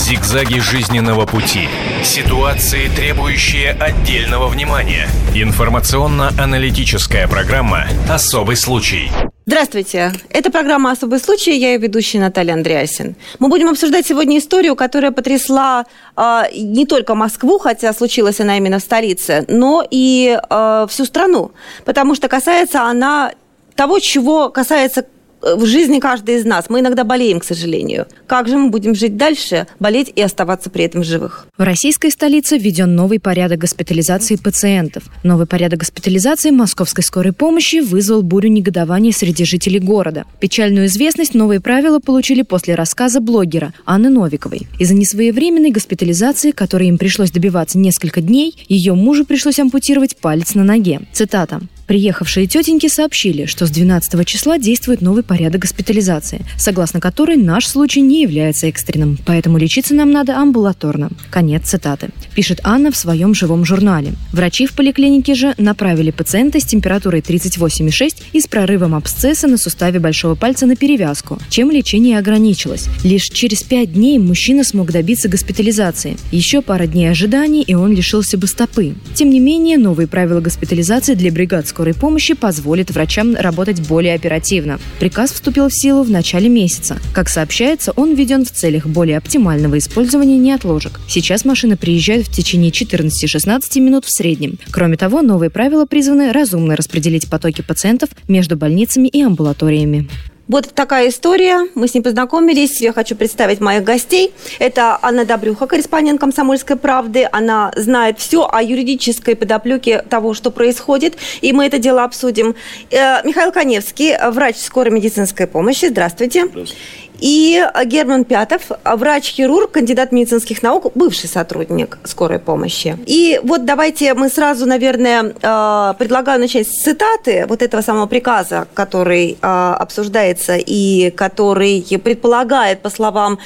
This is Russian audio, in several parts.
Зигзаги жизненного пути. Ситуации, требующие отдельного внимания. Информационно-аналитическая программа «Особый случай». Здравствуйте. Это программа «Особый случай». Я ее ведущая Наталья Андреасин. Мы будем обсуждать сегодня историю, которая потрясла не только Москву, хотя случилась она именно в столице, но и всю страну. Потому что касается она того, чего касается в жизни каждой из нас. Мы иногда болеем, к сожалению. Как же мы будем жить дальше, болеть и оставаться при этом живых? В российской столице введен новый порядок госпитализации пациентов. Новый порядок госпитализации московской скорой помощи вызвал бурю негодования среди жителей города. Печальную известность новые правила получили после рассказа блогера Анны Новиковой. Из-за несвоевременной госпитализации, которой им пришлось добиваться несколько дней, ее мужу пришлось ампутировать палец на ноге. Цитата. Приехавшие тетеньки сообщили, что с 12 числа действует новый порядок госпитализации, согласно которой наш случай не является экстренным, поэтому лечиться нам надо амбулаторно. Конец цитаты. Пишет Анна в своем живом журнале. Врачи в поликлинике же направили пациента с температурой 38,6 и с прорывом абсцесса на суставе большого пальца на перевязку, чем лечение ограничилось. Лишь через 5 дней мужчина смог добиться госпитализации. Еще пара дней ожиданий, и он лишился бы стопы. Тем не менее, новые правила госпитализации для бригад скорой помощи позволит врачам работать более оперативно. Приказ вступил в силу в начале месяца. Как сообщается, он введен в целях более оптимального использования неотложек. Сейчас машины приезжают в течение 14-16 минут в среднем. Кроме того, новые правила призваны разумно распределить потоки пациентов между больницами и амбулаториями. Вот такая история. Мы с ней познакомились. Я хочу представить моих гостей. Это Анна Добрюха, корреспондент «Комсомольской правды». Она знает все о юридической подоплеке того, что происходит. И мы это дело обсудим. Михаил Каневский, врач скорой медицинской помощи. Здравствуйте. Здравствуйте. И Герман Пятов, врач-хирург, кандидат медицинских наук, бывший сотрудник скорой помощи. И вот давайте мы сразу, наверное, предлагаю начать с цитаты вот этого самого приказа, который обсуждается и который предполагает, по словам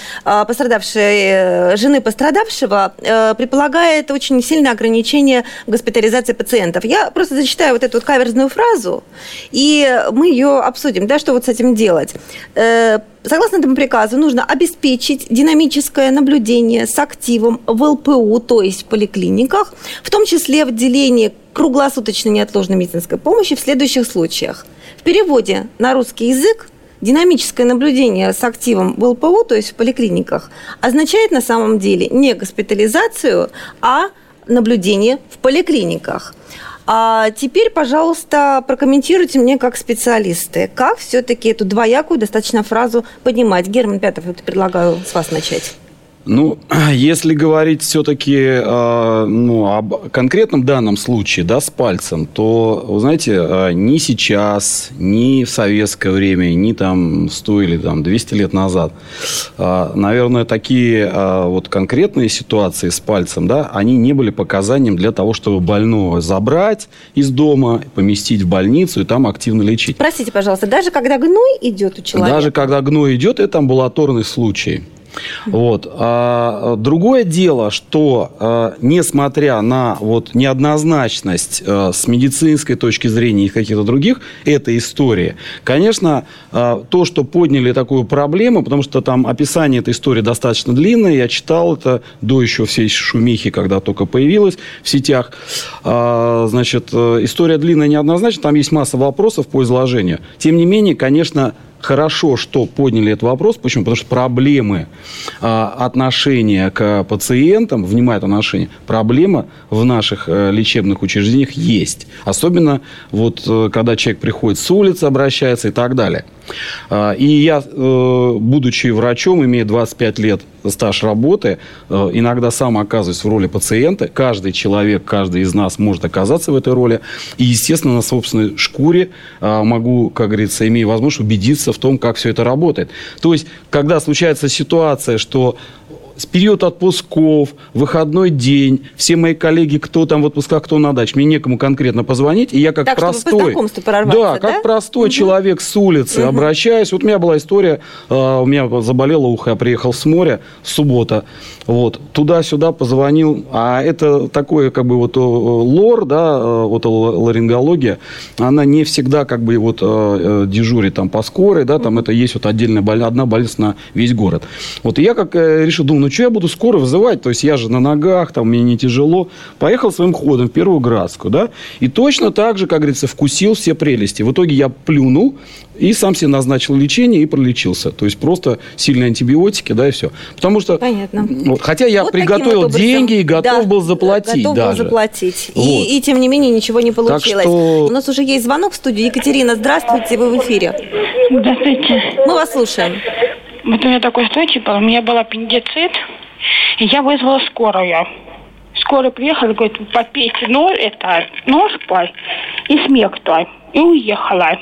пострадавшей жены пострадавшего, предполагает очень сильное ограничение госпитализации пациентов. Я просто зачитаю вот эту вот каверзную фразу, и мы ее обсудим, да, что вот с этим делать. Согласно этому приказу, нужно обеспечить динамическое наблюдение с активом в ЛПУ, то есть в поликлиниках, в том числе в отделении круглосуточной неотложной медицинской помощи в следующих случаях. В переводе на русский язык динамическое наблюдение с активом в ЛПУ, то есть в поликлиниках, означает на самом деле не госпитализацию, а наблюдение в поликлиниках. А теперь, пожалуйста, прокомментируйте мне как специалисты, как все-таки эту двоякую достаточно фразу понимать. Герман Пятов, я предлагаю с вас начать. Ну, если говорить все-таки об конкретном данном случае, да, с пальцем, то, вы знаете, ни сейчас, ни в советское время, ни там 100 или там 200 лет назад, наверное, такие вот конкретные ситуации с пальцем, да, они не были показанием для того, чтобы больного забрать из дома, поместить в больницу и там активно лечить. Простите, пожалуйста, даже когда гной идет у человека? Даже когда гной идет, это амбулаторный случай. Вот. Другое дело, что несмотря на вот неоднозначность с медицинской точки зрения и каких-то других этой истории, конечно, то, что подняли такую проблему, потому что там описание этой истории достаточно длинное, я читал это до еще всей шумихи, когда только появилась в сетях. Значит, история длинная, неоднозначная, там есть масса вопросов по изложению. Тем не менее, конечно, хорошо, что подняли этот вопрос. Почему? Потому что проблемы отношения к пациентам, внимательного отношения, проблема в наших лечебных учреждениях есть. Особенно, вот, когда человек приходит с улицы, обращается и так далее. И я, будучи врачом, имея 25 лет стаж работы, иногда сам оказываюсь в роли пациента. Каждый человек, каждый из нас может оказаться в этой роли. И, естественно, на собственной шкуре могу, как говорится, имея возможность убедиться в том, как все это работает. То есть, когда случается ситуация, что с период отпусков, выходной день, все мои коллеги, кто там в отпусках, кто на даче, мне некому конкретно позвонить, и я как так, простой, простой человек с улицы обращаюсь. Вот у меня была история, у меня заболело ухо, я приехал с моря, суббота, вот, туда-сюда позвонил, а это такое, как бы, вот лор, да, вот ларингология, она не всегда, как бы, вот дежурит там по скорой, да, там это есть вот отдельная одна больница на весь город. Вот, и я как решил, думаю, ну что я буду скорую вызывать? То есть, я же на ногах, там, мне не тяжело. Поехал своим ходом в Первую Градскую, да? И точно так же, как говорится, вкусил все прелести. В итоге я плюнул и сам себе назначил лечение и пролечился. То есть, просто сильные антибиотики, да, и все. Потому что... Понятно. Вот, хотя я Вот приготовил деньги и готов был заплатить. Готов даже. был заплатить. Вот. И тем не менее ничего не получилось. что- У нас уже есть звонок в студию. Екатерина, здравствуйте, вы в эфире. Здравствуйте. Мы вас слушаем. Вот у меня такой случай был. У меня был аппендицит, и я вызвала скорую. Скорая приехала, говорит, попейте ножпой и смектой. И уехала.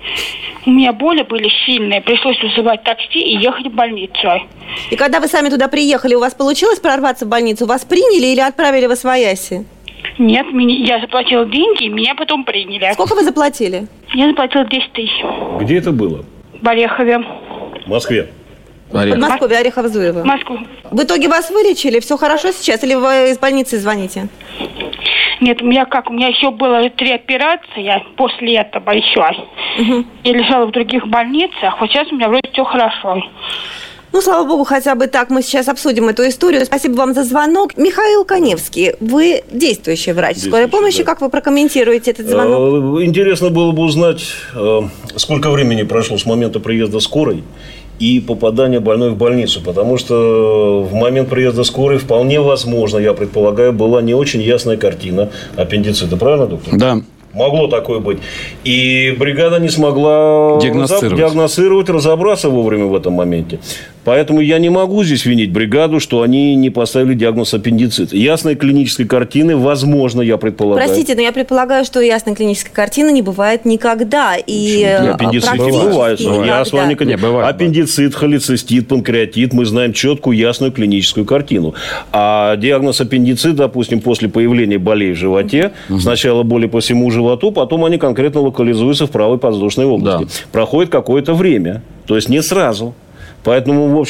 У меня боли были сильные, пришлось вызывать такси и ехать в больницу. И когда вы сами туда приехали, у вас получилось прорваться в больницу? Вас приняли или отправили в освояси? Нет, я заплатила деньги, меня потом приняли. Сколько вы заплатили? Я заплатила 10 тысяч. Где это было? В Орехове. В Москве. В Подмосковье, Орехово-Зуево. В Москву. В итоге вас вылечили? Все хорошо сейчас? Или вы из больницы звоните? Нет, у меня еще было 3 операции после этого еще. Я лежала в других больницах, вот сейчас у меня вроде все хорошо. Ну, слава богу, хотя бы так мы сейчас обсудим эту историю. Спасибо вам за звонок. Михаил Каневский, вы действующий врач скорой помощи. Да. Как вы прокомментируете этот звонок? Интересно было бы узнать, сколько времени прошло с момента приезда скорой и попадания больной в больницу. Потому что в момент приезда скорой вполне возможно, я предполагаю, была не очень ясная картина аппендицита. Правильно, доктор? Да. Могло такое быть. И бригада не смогла диагностировать, разобраться вовремя в этом моменте. Поэтому я не могу здесь винить бригаду, что они не поставили диагноз аппендицит. Ясной клинической картины, возможно, я предполагаю. Простите, но я предполагаю, что ясной клинической картины не бывает никогда. И аппендицит бывает. Я с вами, конечно. Бывает. Аппендицит, холецистит, панкреатит. Мы знаем четкую, ясную клиническую картину. А диагноз аппендицит, допустим, после появления болей в животе, сначала боли по всему животу, потом они конкретно локализуются в правой подвздошной области. Да. Проходит какое-то время. То есть, не сразу. Поэтому, в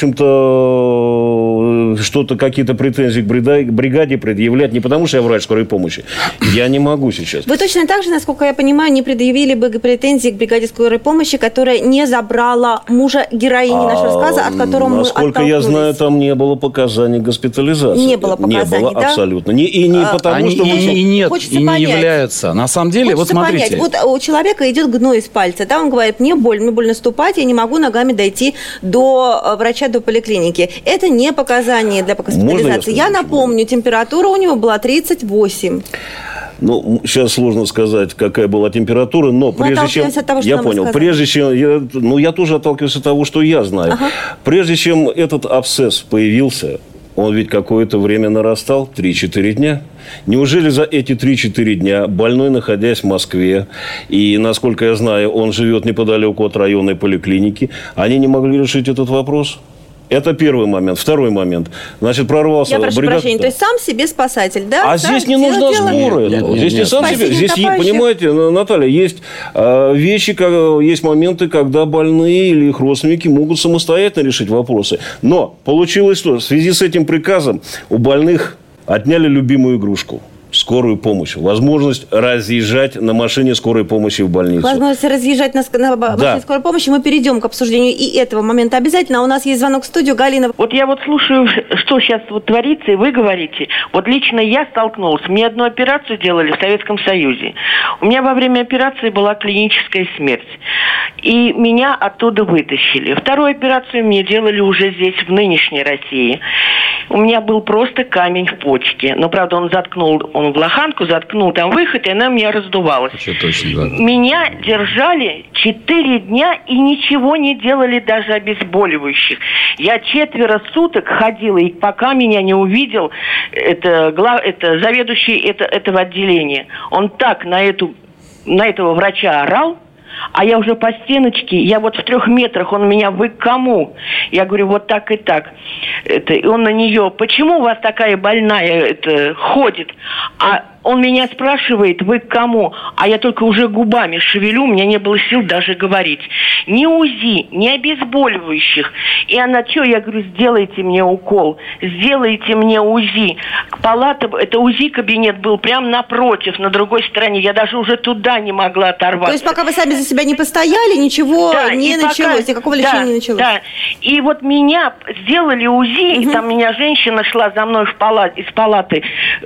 общем-то, какие-то претензии к бригаде предъявлять не потому, что я врач скорой помощи. Я не могу сейчас. Вы точно так же, насколько я понимаю, не предъявили бы претензии к бригаде скорой помощи, которая не забрала мужа героини нашего рассказа, от которого мы оттолкнулись. Насколько я знаю, там не было показаний госпитализации. Не было показаний, не было, да? абсолютно. И не потому, что... И нет, Хочется и не понять. являются. На самом деле, Хочется вот смотрите. понять, вот у человека идет гной из пальца, да, он говорит, мне больно ступать, я не могу ногами дойти до врача, до поликлиники. Это не показание для госпитализации. Я напомню, температура у него была 38. Ну, сейчас сложно сказать, какая была температура, но прежде чем... от того, что я нам понял. рассказали. Прежде чем... я тоже отталкиваюсь от того, что я знаю. Ага. Прежде чем этот абсцесс появился, он ведь какое-то время нарастал, 3-4 дня. Неужели за эти 3-4 дня больной, находясь в Москве, и, насколько я знаю, он живет неподалеку от районной поликлиники, они не могли решить этот вопрос? Это первый момент. Второй момент. Значит, прорвался... Я прошу прощения, то есть сам себе спасатель, да? А здесь не нужна сбора. Здесь не сам себе. Здесь, понимаете, Наталья, есть вещи, есть моменты, когда больные или их родственники могут самостоятельно решить вопросы. Но получилось что? В связи с этим приказом у больных отняли любимую игрушку. Скорую помощь. Возможность разъезжать на машине скорой помощи в больницу. Возможность разъезжать на машине скорой помощи. Мы перейдем к обсуждению и этого момента обязательно. А у нас есть звонок в студию. Галина. Вот я слушаю, что сейчас творится, и вы говорите. Вот лично я столкнулась. Мне одну операцию делали в Советском Союзе. У меня во время операции была клиническая смерть. И меня оттуда вытащили. Вторую операцию мне делали уже здесь, в нынешней России. У меня был просто камень в почке. Но, правда, он в лоханку заткнул там выход, и она у меня раздувалась. Точно, да. Меня держали 4 дня и ничего не делали, даже обезболивающих. Я 4 суток ходила, и пока меня не увидел заведующий этого отделения. Он так на этого врача орал, а я уже по стеночке, я в 3 метрах, он меня, вы к кому? Я говорю, вот так и так. И он на нее, почему у вас такая больная ходит? А он меня спрашивает, вы к кому? А я только уже губами шевелю, у меня не было сил даже говорить. Ни УЗИ, ни обезболивающих. И она, я говорю, сделайте мне укол, сделайте мне УЗИ. Палата, это УЗИ-кабинет был прямо напротив, на другой стороне. Я даже уже туда не могла оторваться. То есть, пока вы сами за себя не постояли, ничего не началось, никакого лечения не началось. Да, и вот меня сделали УЗИ, и там меня женщина шла за мной из палаты,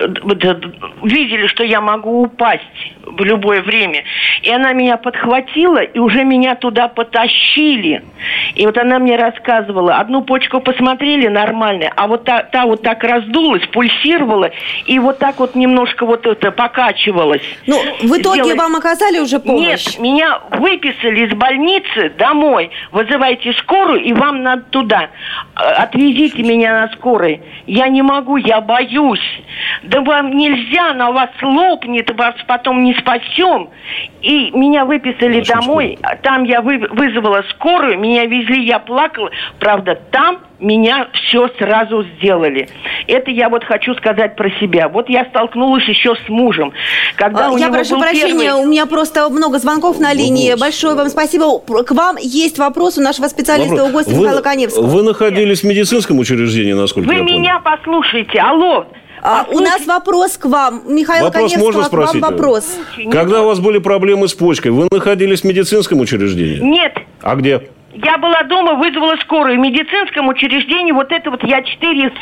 видели, что я могу упасть в любое время. И она меня подхватила, и уже меня туда потащили. И вот она мне рассказывала, одну почку посмотрели нормально, а вот та вот так раздулась, пульсировала, и вот так вот немножко вот это покачивалась. Ну, в итоге вам оказали уже помощь? Нет, меня выписали из больницы домой. Вызывайте скорую, и вам надо туда. Отвезите меня на скорой. Я не могу, я боюсь. Да вам нельзя, она у вас лопнет, вас потом не спасем. И меня выписали домой. Там я вызвала скорую, меня везли, я плакала. Правда, там меня все сразу сделали. Это я вот хочу сказать про себя. Вот я столкнулась еще с мужем. Когда я прошу прощения, у меня просто много звонков на линии. Большое вам спасибо. К вам есть вопрос у нашего специалиста, у гостя Михаила Каневского. Вы находились в медицинском учреждении, насколько я понял? Вы меня послушайте. Алло. У нас вопрос к вам. Михаил Каневского, к вам вопрос. Когда у вас были проблемы с почкой, вы находились в медицинском учреждении? Нет. А где? Я была дома, вызвала скорую. В медицинском учреждении вот это вот я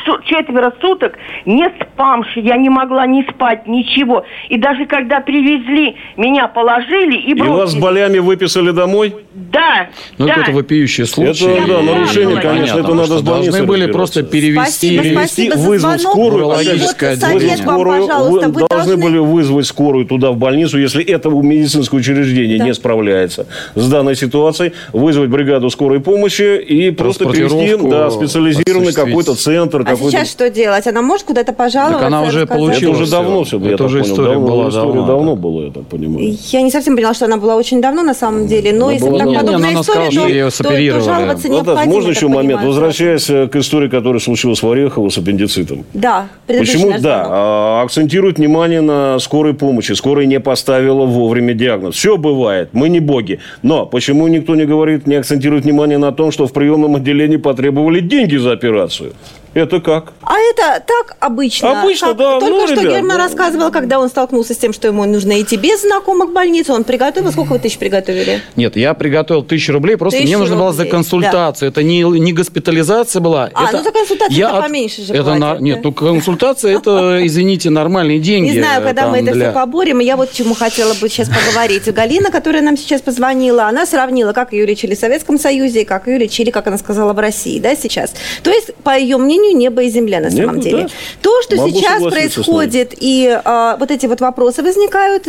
4 суток не спамши. Я не могла ни спать, ничего. И даже когда привезли, меня положили и бросили. И вас с болями выписали домой? Да. Ну, это вопиющие случаи. Это, нарушение, конечно, это надо с больницы. Должны были просто перевести, вызвать скорую. Совет вам, пожалуйста. Вы должны были вызвать скорую туда, в больницу, если это медицинское учреждение не справляется с данной ситуацией, вызвать бригаду скорой помощи и просто перевести в специализированный какой-то центр. Сейчас что делать? Она может куда-то пожаловаться? Так она уже получила. Это уже давно все было. Это уже история была давно была, я так понимаю. Я не совсем поняла, что она была очень давно на самом деле, но если так подобная история, то жаловаться необходимо. Можно еще момент? Возвращаясь к истории, которая случилась в Орехово с аппендицитом. Да. Почему? Да. Акцентируют внимание на скорой помощи. Скорая не поставила вовремя диагноз. Все бывает. Мы не боги. Но почему никто не говорит, не акцентирует внимание на том, что в приемном отделении потребовали деньги за операцию? Это как? А это так обычно. Обычно, да. Только что Герман рассказывал, когда он столкнулся с тем, что ему нужно идти без знакомых в больницу, он приготовил. Сколько вы тысяч приготовили? Нет, я приготовил 1000 рублей, просто мне нужно было за консультацию. Да. Это не госпитализация была. Ну за консультацию поменьше же платят. Нет, консультация, это, извините, нормальные деньги. Не знаю, когда мы это все поборем. Я вот чему хотела бы сейчас поговорить. Галина, которая нам сейчас позвонила, она сравнила, как ее лечили в Советском Союзе, и как ее лечили, как она сказала, в России, да, сейчас. То есть, по ее мнению, небо и земля на самом деле. Да. То, что сейчас происходит, и вот эти вот вопросы возникают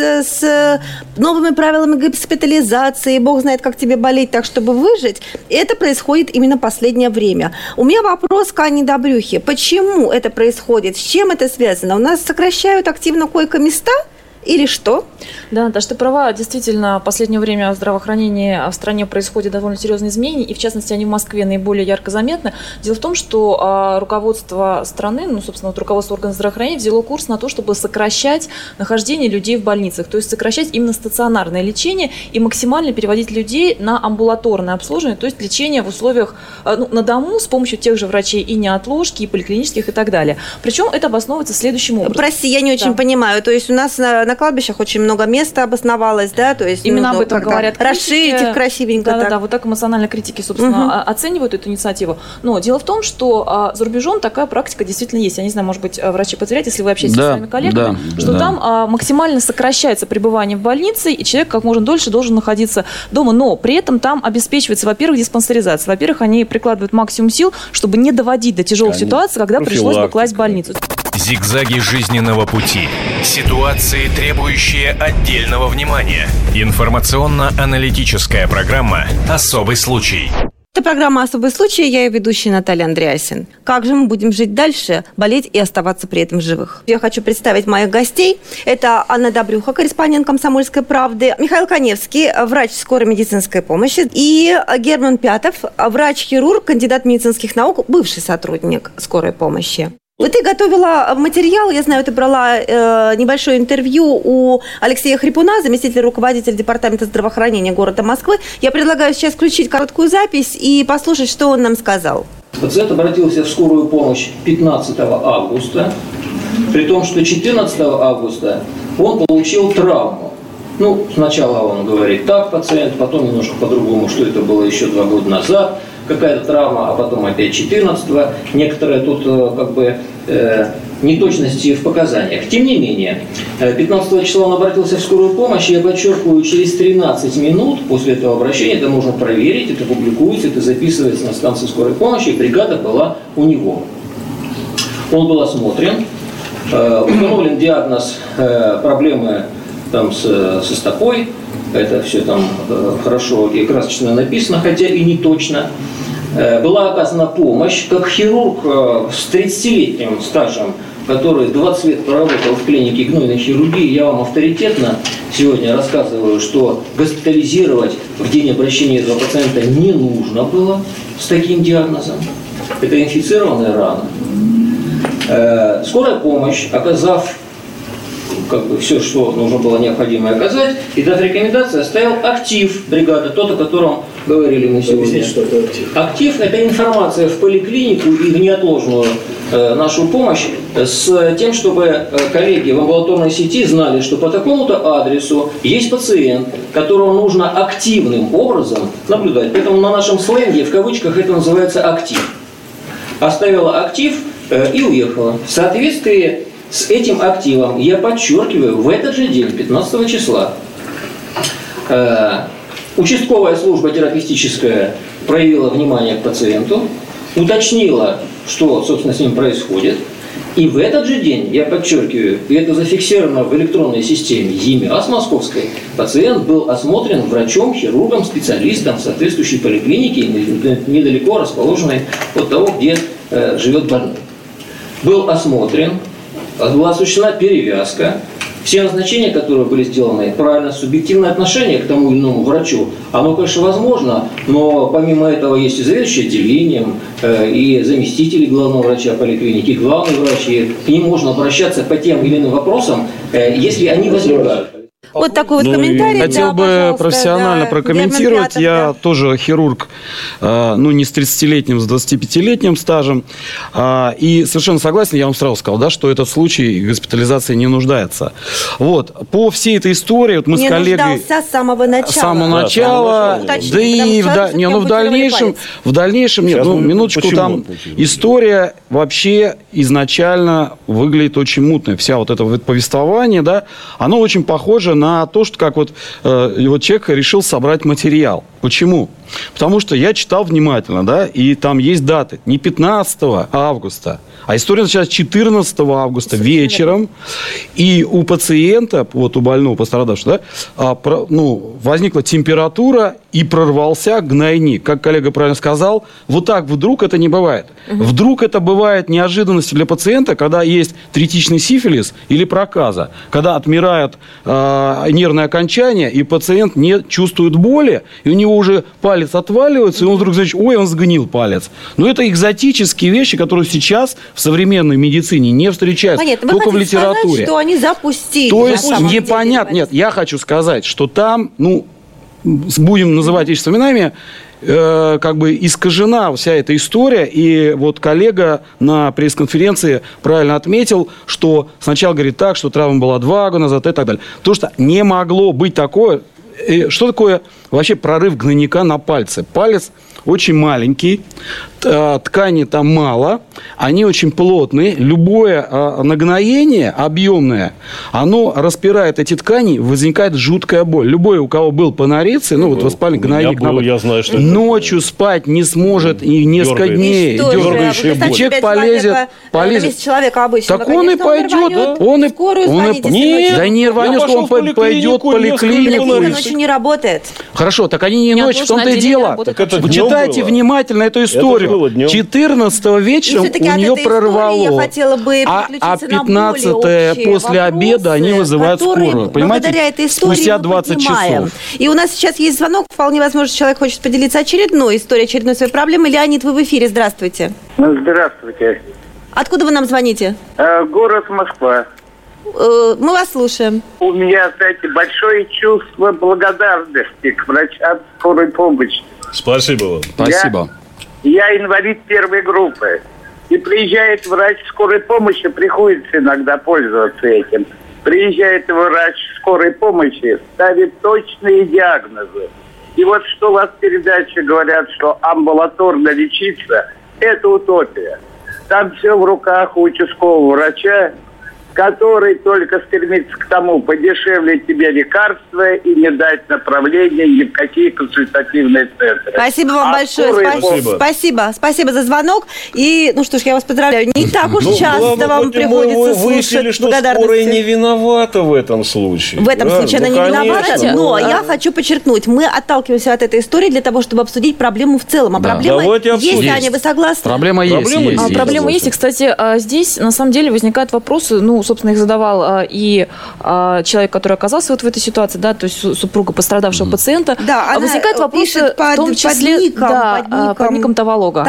с новыми правилами госпитализации, бог знает, как тебе болеть так, чтобы выжить, это происходит именно в последнее время. У меня вопрос к Анне Добрюхе. Почему это происходит? С чем это связано? У нас сокращают активно койко-места? Или что? Да, Даша, ты права. Действительно, в последнее время в здравоохранении в стране происходят довольно серьезные изменения, и в частности они в Москве наиболее ярко заметны. Дело в том, что руководство страны, собственно, руководство органов здравоохранения взяло курс на то, чтобы сокращать нахождение людей в больницах, то есть сокращать именно стационарное лечение и максимально переводить людей на амбулаторное обслуживание, то есть лечение в условиях на дому с помощью тех же врачей и неотложки, и поликлинических и так далее. Причем это обосновывается следующим образом. Прости, я не очень понимаю. То есть у нас на кладбищах очень много места обосновалось, да, то есть именно об этом говорят критики. Расширить их красивенько. Да, вот так эмоционально критики, собственно, оценивают эту инициативу. Но дело в том, что за рубежом такая практика действительно есть. Я не знаю, может быть, врачи подтвердят, если вы общаетесь с своими коллегами, что там максимально сокращается пребывание в больнице, и человек как можно дольше должен находиться дома. Но при этом там обеспечивается, во-первых, диспансеризация. Во-первых, они прикладывают максимум сил, чтобы не доводить до тяжелых ситуаций, когда пришлось бы класть в больницу. Зигзаги жизненного пути. Ситуации, требующие отдельного внимания. Информационно-аналитическая программа «Особый случай». Это программа «Особый случай», я ее ведущая Наталья Андреасин. Как же мы будем жить дальше, болеть и оставаться при этом живых? Я хочу представить моих гостей. Это Анна Добрюха, корреспондент «Комсомольской правды», Михаил Каневский, врач скорой медицинской помощи, и Герман Пятов, врач-хирург, кандидат медицинских наук, бывший сотрудник скорой помощи. Вот ты готовила материал, я знаю, ты брала небольшое интервью у Алексея Хрипуна, заместителя руководителя департамента здравоохранения города Москвы. Я предлагаю сейчас включить короткую запись и послушать, что он нам сказал. Пациент обратился в скорую помощь 15 августа, при том, что 14 августа он получил травму. Ну, сначала он говорит так, пациент, потом немножко по-другому, что это было еще 2 года назад, какая-то травма, а потом опять 14-го. Некоторые тут неточности в показаниях. Тем не менее, 15 числа он обратился в скорую помощь, я подчеркиваю, через 13 минут после этого обращения, это можно проверить, это публикуется, это записывается на станции скорой помощи, и бригада была у него. Он был осмотрен, установлен диагноз проблемы там, со стопой, это все там хорошо и красочно написано, хотя и не точно. Была оказана помощь, как хирург с 30-летним стажем, который 20 лет проработал в клинике гнойной хирургии, я вам авторитетно сегодня рассказываю, что госпитализировать в день обращения этого пациента не нужно было с таким диагнозом. Это инфицированная рана. Скорая помощь, оказав все, что нужно было необходимо оказать, и дав рекомендации, оставил актив бригады, тот, о котором говорили мы сегодня. Объясните, что это актив? Актив – это информация в поликлинику и в неотложную нашу помощь с тем, чтобы коллеги в амбулаторной сети знали, что по такому-то адресу есть пациент, которого нужно активным образом наблюдать. Поэтому на нашем сленге, в кавычках, это называется актив. Оставила актив и уехала. В соответствии с этим активом, я подчеркиваю, в этот же день, 15 числа, участковая служба терапевтическая проявила внимание к пациенту, уточнила, что, собственно, с ним происходит. И в этот же день, я подчеркиваю, и это зафиксировано в электронной системе ЕМИАС московской, пациент был осмотрен врачом, хирургом, специалистом в соответствующей поликлинике, недалеко расположенной от того, где живет больной. Был осмотрен, была осуществлена перевязка. Все назначения, которые были сделаны, правильно, субъективное отношение к тому или иному врачу, оно, конечно, возможно, но помимо этого есть и заведующий отделением, и заместители главного врача поликлиники, и главный врач, и к ним можно обращаться по тем или иным вопросам, если они возникают. Вот такой вот комментарий. Хотел бы профессионально прокомментировать. Я тоже хирург, не с 30-летним, с 25-летним стажем. И совершенно согласен, я вам сразу сказал, да, что этот случай госпитализации не нуждается. Вот. По всей этой истории, вот мы с коллегой... Не нуждался с самого начала. С самого начала. Да и в дальнейшем нет. Ну, минуточку, там история вообще изначально выглядит очень мутной. Вся вот это повествование, да, оно очень похоже на то, что как вот человек решил собрать материал. Почему? Потому что я читал внимательно, да, и там есть даты. Не 15 августа, а история началась 14 августа вечером. И у пациента, вот у больного, пострадавшего, да, возникла температура и прорвался гнойник. Как коллега правильно сказал, вот так вдруг это не бывает. Вдруг это бывает неожиданностью для пациента, когда есть третичный сифилис или проказа, когда отмирает нервное окончание, и пациент не чувствует боли, и у него уже палец отваливается, и он вдруг, значит, он сгнил палец. Но это экзотические вещи, которые сейчас в современной медицине не встречаются. Понятно. Только в литературе. Сказать, что они запустили. То есть непонятно. Нет, я хочу сказать, что там, будем называть вещи именами, искажена вся эта история. И вот коллега на пресс-конференции правильно отметил, что сначала говорит так, что травма была 2 года назад и так далее. Потому что не могло быть такое. Что такое вообще прорыв гнойника на пальце? Палец очень маленький, ткани там мало, они очень плотные. Любое нагноение объемное, оно распирает эти ткани, возникает жуткая боль. Любой, у кого был панорицы, воспаление гнойник, я знаю, что ночью спать не сможет и несколько дней. Дергающая боль. Человек полезет. Человека обычного, так он и пойдет. Да не рванет, он пойдет в поликлинику. Ночью не работает. Хорошо, так они не ночью, в том-то и дело. Почитайте внимательно эту историю. 14 вечером у нее прорвало, а 15 после обеда они вызывают скорую. Понимаете? Спустя 20 часов. И у нас сейчас есть звонок. Вполне возможно, человек хочет поделиться очередной историей, очередной своей проблемой. Леонид, вы в эфире. Здравствуйте. Здравствуйте. Откуда вы нам звоните? Город Москва. Мы вас слушаем. У меня, знаете, большое чувство благодарности к врачам скорой помощи. Спасибо вам. Спасибо. Я инвалид первой группы. И приезжает врач скорой помощи, приходится иногда пользоваться этим. приезжает врач скорой помощи, ставит точные диагнозы. И вот что у вас в передаче говорят, что амбулаторно лечиться – это утопия. Там все в руках у участкового врача, который только стремится к тому, подешевле тебе лекарства и не дать направления ни в какие консультативные центры. Спасибо вам большое. Спасибо за звонок. И, ну что ж, я вас поздравляю. Не так уж часто вам приходится слушать что благодарности. Скорая не виновата в этом случае. В этом случае она не виновата, но я хочу подчеркнуть, мы отталкиваемся от этой истории для того, чтобы обсудить проблему в целом. А проблема есть, Аня, вы согласны? Проблема есть. Проблема есть. И, кстати, здесь на самом деле возникают вопросы, собственно, их задавал и человек, который оказался вот в этой ситуации, да, то есть супруга пострадавшего пациента. Да, возникают вопросы, в том числе под ником Таволога.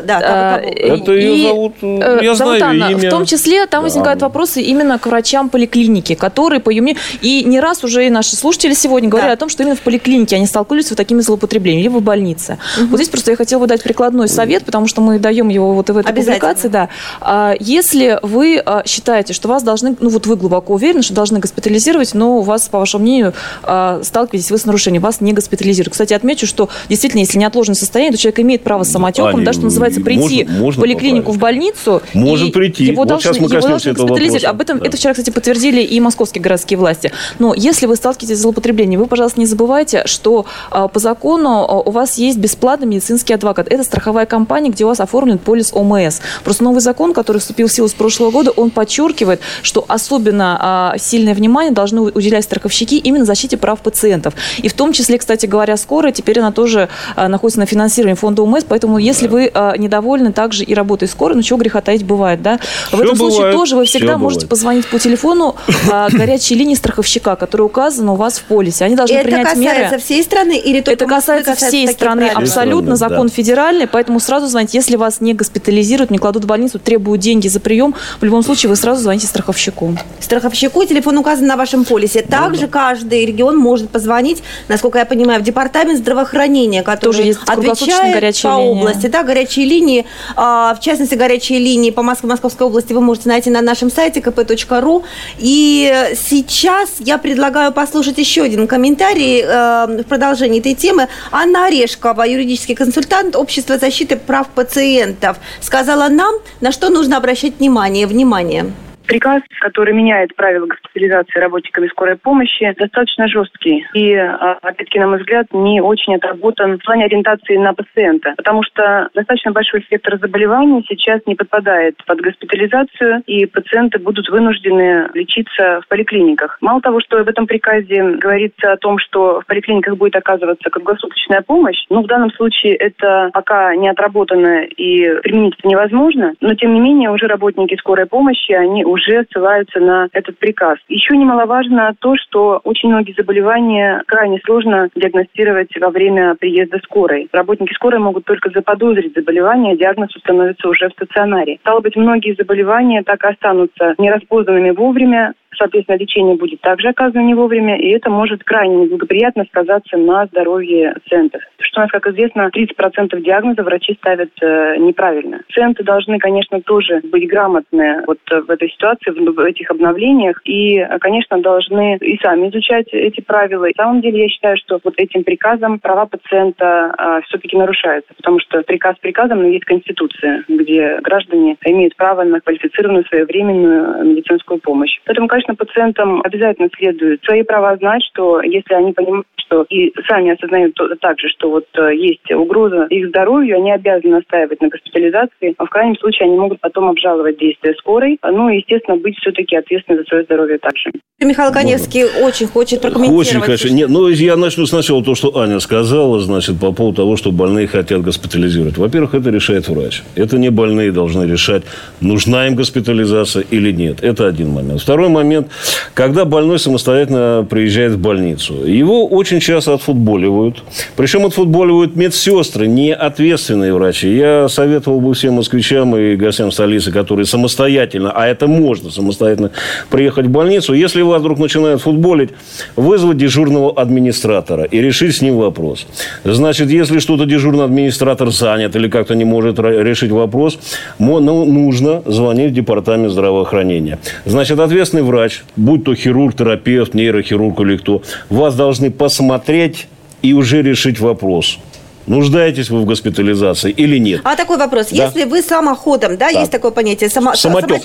Это ее зовут, я знаю Анна. имя. В том числе там возникают вопросы именно к врачам поликлиники, которые, по ее мнению, и не раз уже и наши слушатели сегодня говорили о том, что именно в поликлинике они столкнулись с вот такими злоупотреблениями, либо в больнице. Вот здесь просто я хотела бы дать прикладной совет, потому что мы даем его вот и в этой публикации. Да. Если вы считаете, что вас должны, вот вы глубоко уверены, что должны госпитализировать, но у вас, по вашему мнению, сталкиваетесь вы с нарушением, вас не госпитализируют. Кстати, отмечу, что действительно, если неотложное состояние, то человек имеет право самотеком, что называется, прийти в поликлинику, в больницу. Может прийти. Его вот должны госпитализировать. Об этом это вчера, кстати, подтвердили и московские городские власти. Но если вы сталкиваетесь с злоупотреблением, вы, пожалуйста, не забывайте, что по закону у вас есть бесплатный медицинский адвокат. Это страховая компания, где у вас оформлен полис ОМС. Просто новый закон, который вступил в силу с прошлого года, он подчеркивает, что особенно сильное внимание должны уделять страховщики именно защите прав пациентов. И в том числе, кстати говоря, скорая, теперь она тоже находится на финансировании фонда ОМС, поэтому если вы недовольны также и работой скорой, ну чего греха таить, бывает, да? В этом случае тоже вы всегда можете позвонить по телефону горячей линии страховщика, которая указана у вас в полисе. Они должны принять меры. Это касается всей страны или только это касается всей страны, абсолютно, закон федеральный, поэтому сразу звоните, если вас не госпитализируют, не кладут в больницу, требуют деньги за прием, в любом случае вы сразу звоните страховщику. Страховщику телефон указан на вашем полисе. Также каждый регион может позвонить, насколько я понимаю, в департамент здравоохранения, который отвечает по области. Да, горячие линии, в частности, горячие линии по Московской области вы можете найти на нашем сайте kp.ru. И сейчас я предлагаю послушать еще один комментарий в продолжении этой темы. Анна Орешкова, юридический консультант Общества защиты прав пациентов, сказала нам, на что нужно обращать внимание. Приказ, который меняет правила госпитализации работниками скорой помощи, достаточно жесткий. И, опять-таки, на мой взгляд, не очень отработан в плане ориентации на пациента. Потому что достаточно большой спектр заболеваний сейчас не подпадает под госпитализацию, и пациенты будут вынуждены лечиться в поликлиниках. Мало того, что в этом приказе говорится о том, что в поликлиниках будет оказываться круглосуточная помощь, в данном случае это пока не отработано и применить это невозможно, но, тем не менее, уже работники скорой помощи, они уже ссылаются на этот приказ. Еще немаловажно то, что очень многие заболевания крайне сложно диагностировать во время приезда скорой. Работники скорой могут только заподозрить заболевание, диагноз установится уже в стационаре. Стало быть, многие заболевания так и останутся нераспознанными вовремя, соответственно, лечение будет также оказано не вовремя, и это может крайне неблагоприятно сказаться на здоровье пациентов. Что у нас, как известно, 30% диагнозов врачи ставят неправильно. Пациенты должны, конечно, тоже быть грамотны вот в этой ситуации, в этих обновлениях, и, конечно, должны и сами изучать эти правила. На самом деле, я считаю, что вот этим приказом права пациента все-таки нарушаются, потому что приказ приказом, но есть Конституция, где граждане имеют право на квалифицированную своевременную медицинскую помощь. Поэтому, конечно, пациентам обязательно следует свои права знать, что если они понимают, что и сами осознают также, что вот есть угроза их здоровью, они обязаны настаивать на госпитализации, а в крайнем случае они могут потом обжаловать действия скорой, и, естественно, быть все-таки ответственны за свое здоровье также. Михаил Каневский очень хочет прокомментировать. Очень, конечно. Нет, я начну сначала то, что Аня сказала, по поводу того, что больные хотят госпитализировать. Во-первых, это решает врач. Это не больные должны решать, нужна им госпитализация или нет. Это один момент. Второй момент, когда больной самостоятельно приезжает в больницу. Его очень часто отфутболивают. Причем отфутболивают медсестры, не ответственные врачи. Я советовал бы всем москвичам и гостям столицы, которые самостоятельно, а это можно самостоятельно приехать в больницу, если вас вдруг начинают футболить, вызвать дежурного администратора и решить с ним вопрос. Значит, если что-то дежурный администратор занят или как-то не может решить вопрос, нужно звонить в департамент здравоохранения. Значит, ответственный врач врач, будь то хирург, терапевт, нейрохирург или кто, вас должны посмотреть и уже решить вопрос. Нуждаетесь вы в госпитализации или нет? А такой вопрос. Да? Если вы самоходом, да, есть такое понятие, самотек,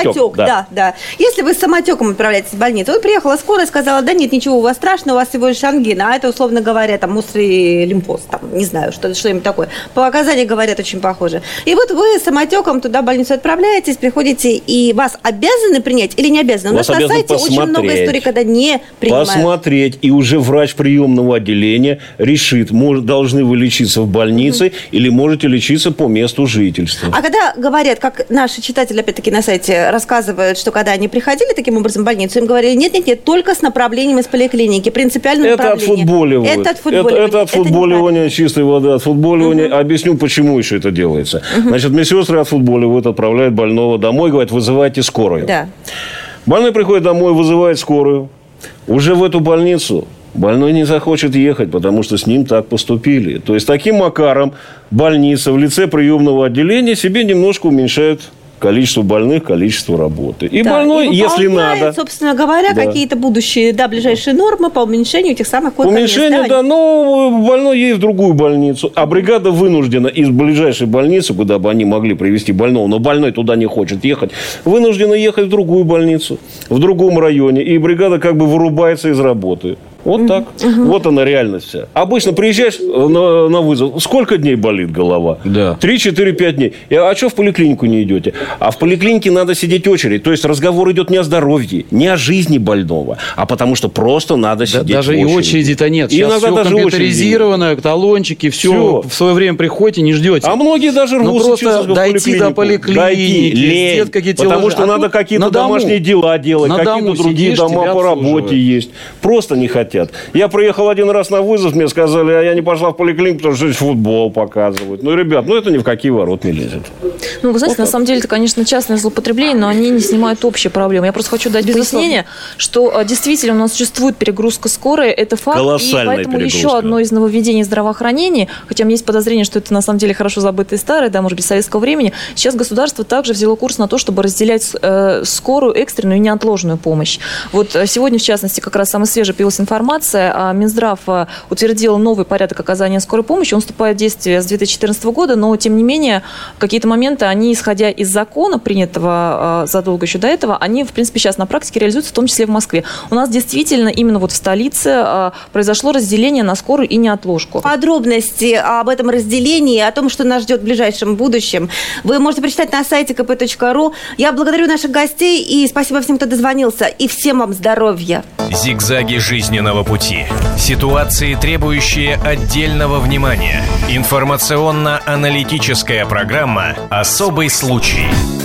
да. Если вы с самотеком отправляетесь в больницу, вот приехала скорая, сказала, да нет, ничего у вас страшного, у вас всего лишь ангина, а это, условно говоря, там, острый лимфоз, там, не знаю, что-нибудь такое. По показаниям говорят очень похоже. И вот вы с самотеком туда в больницу отправляетесь, приходите, и вас обязаны принять или не обязаны? У нас на сайте очень много историй, когда не принимают. Посмотреть, и уже врач приемного отделения решит, должны вы лечиться в больнице или можете лечиться по месту жительства. А когда говорят, как наши читатели, опять-таки, на сайте рассказывают, что когда они приходили таким образом в больницу, им говорили, нет, только с направлением из поликлиники, принципиальное направление. Это отфутболивание, чистой воды, отфутболивание. Объясню, почему еще это делается. Значит, медсестры отфутболивают, отправляют больного домой, говорят, вызывайте скорую. Да. Больной приходит домой, вызывает скорую. Уже в эту больницу больной не захочет ехать, потому что с ним так поступили. То есть, таким макаром больница в лице приемного отделения себе немножко уменьшает количество больных, количество работы. И больной, если надо... собственно говоря, какие-то будущие, ближайшие нормы по уменьшению этих самых койко-мест. Уменьшение, но больной едет в другую больницу. А бригада вынуждена из ближайшей больницы, куда бы они могли привезти больного, но больной туда не хочет ехать, вынуждена ехать в другую больницу, в другом районе. И бригада как бы вырубается из работы. Вот так. Вот она реальность вся. Обычно приезжаешь на вызов. Сколько дней болит голова? 3, 4, 5 дней. А что в поликлинику не идете? А в поликлинике надо сидеть очередь. То есть, разговор идет не о здоровье, не о жизни больного, а потому что просто надо сидеть даже в очереди. И очереди-то нет. Сейчас все компьютеризировано, талончики, все. В свое время приходите, не ждете. А многие даже рвутся просто дойти до поликлиники. Потому что надо какие-то домашние дела делать, какие-то другие дома по работе есть. Просто не хотят. Я приехал один раз на вызов, мне сказали, а я не пошла в поликлинику, потому что здесь футбол показывают. Ребят, это ни в какие ворота не лезет. Вы знаете, на самом деле, это, конечно, частное злоупотребление, но они не снимают общие проблемы. Я просто хочу дать пояснение, что действительно у нас существует перегрузка скорой, это факт. Колоссальная и поэтому перегрузка. Еще одно из нововведений здравоохранения, хотя у меня есть подозрение, что это на самом деле хорошо забытое старое, может быть, советского времени, сейчас государство также взяло курс на то, чтобы разделять скорую, экстренную и неотложную помощь. Вот сегодня, в частности, как раз самая свежая появилась информация, Минздрав утвердил новый порядок оказания скорой помощи. Он вступает в действие с 2014 года, но, тем не менее, какие-то моменты, они, исходя из закона, принятого задолго еще до этого, они, в принципе, сейчас на практике реализуются, в том числе в Москве. У нас действительно именно в столице произошло разделение на скорую и неотложку. Подробности об этом разделении, о том, что нас ждет в ближайшем будущем, вы можете прочитать на сайте kp.ru. Я благодарю наших гостей и спасибо всем, кто дозвонился. И всем вам здоровья. Зигзаги жизненного пути. Ситуации, требующие отдельного внимания. Информационно-аналитическая программа «Особый случай».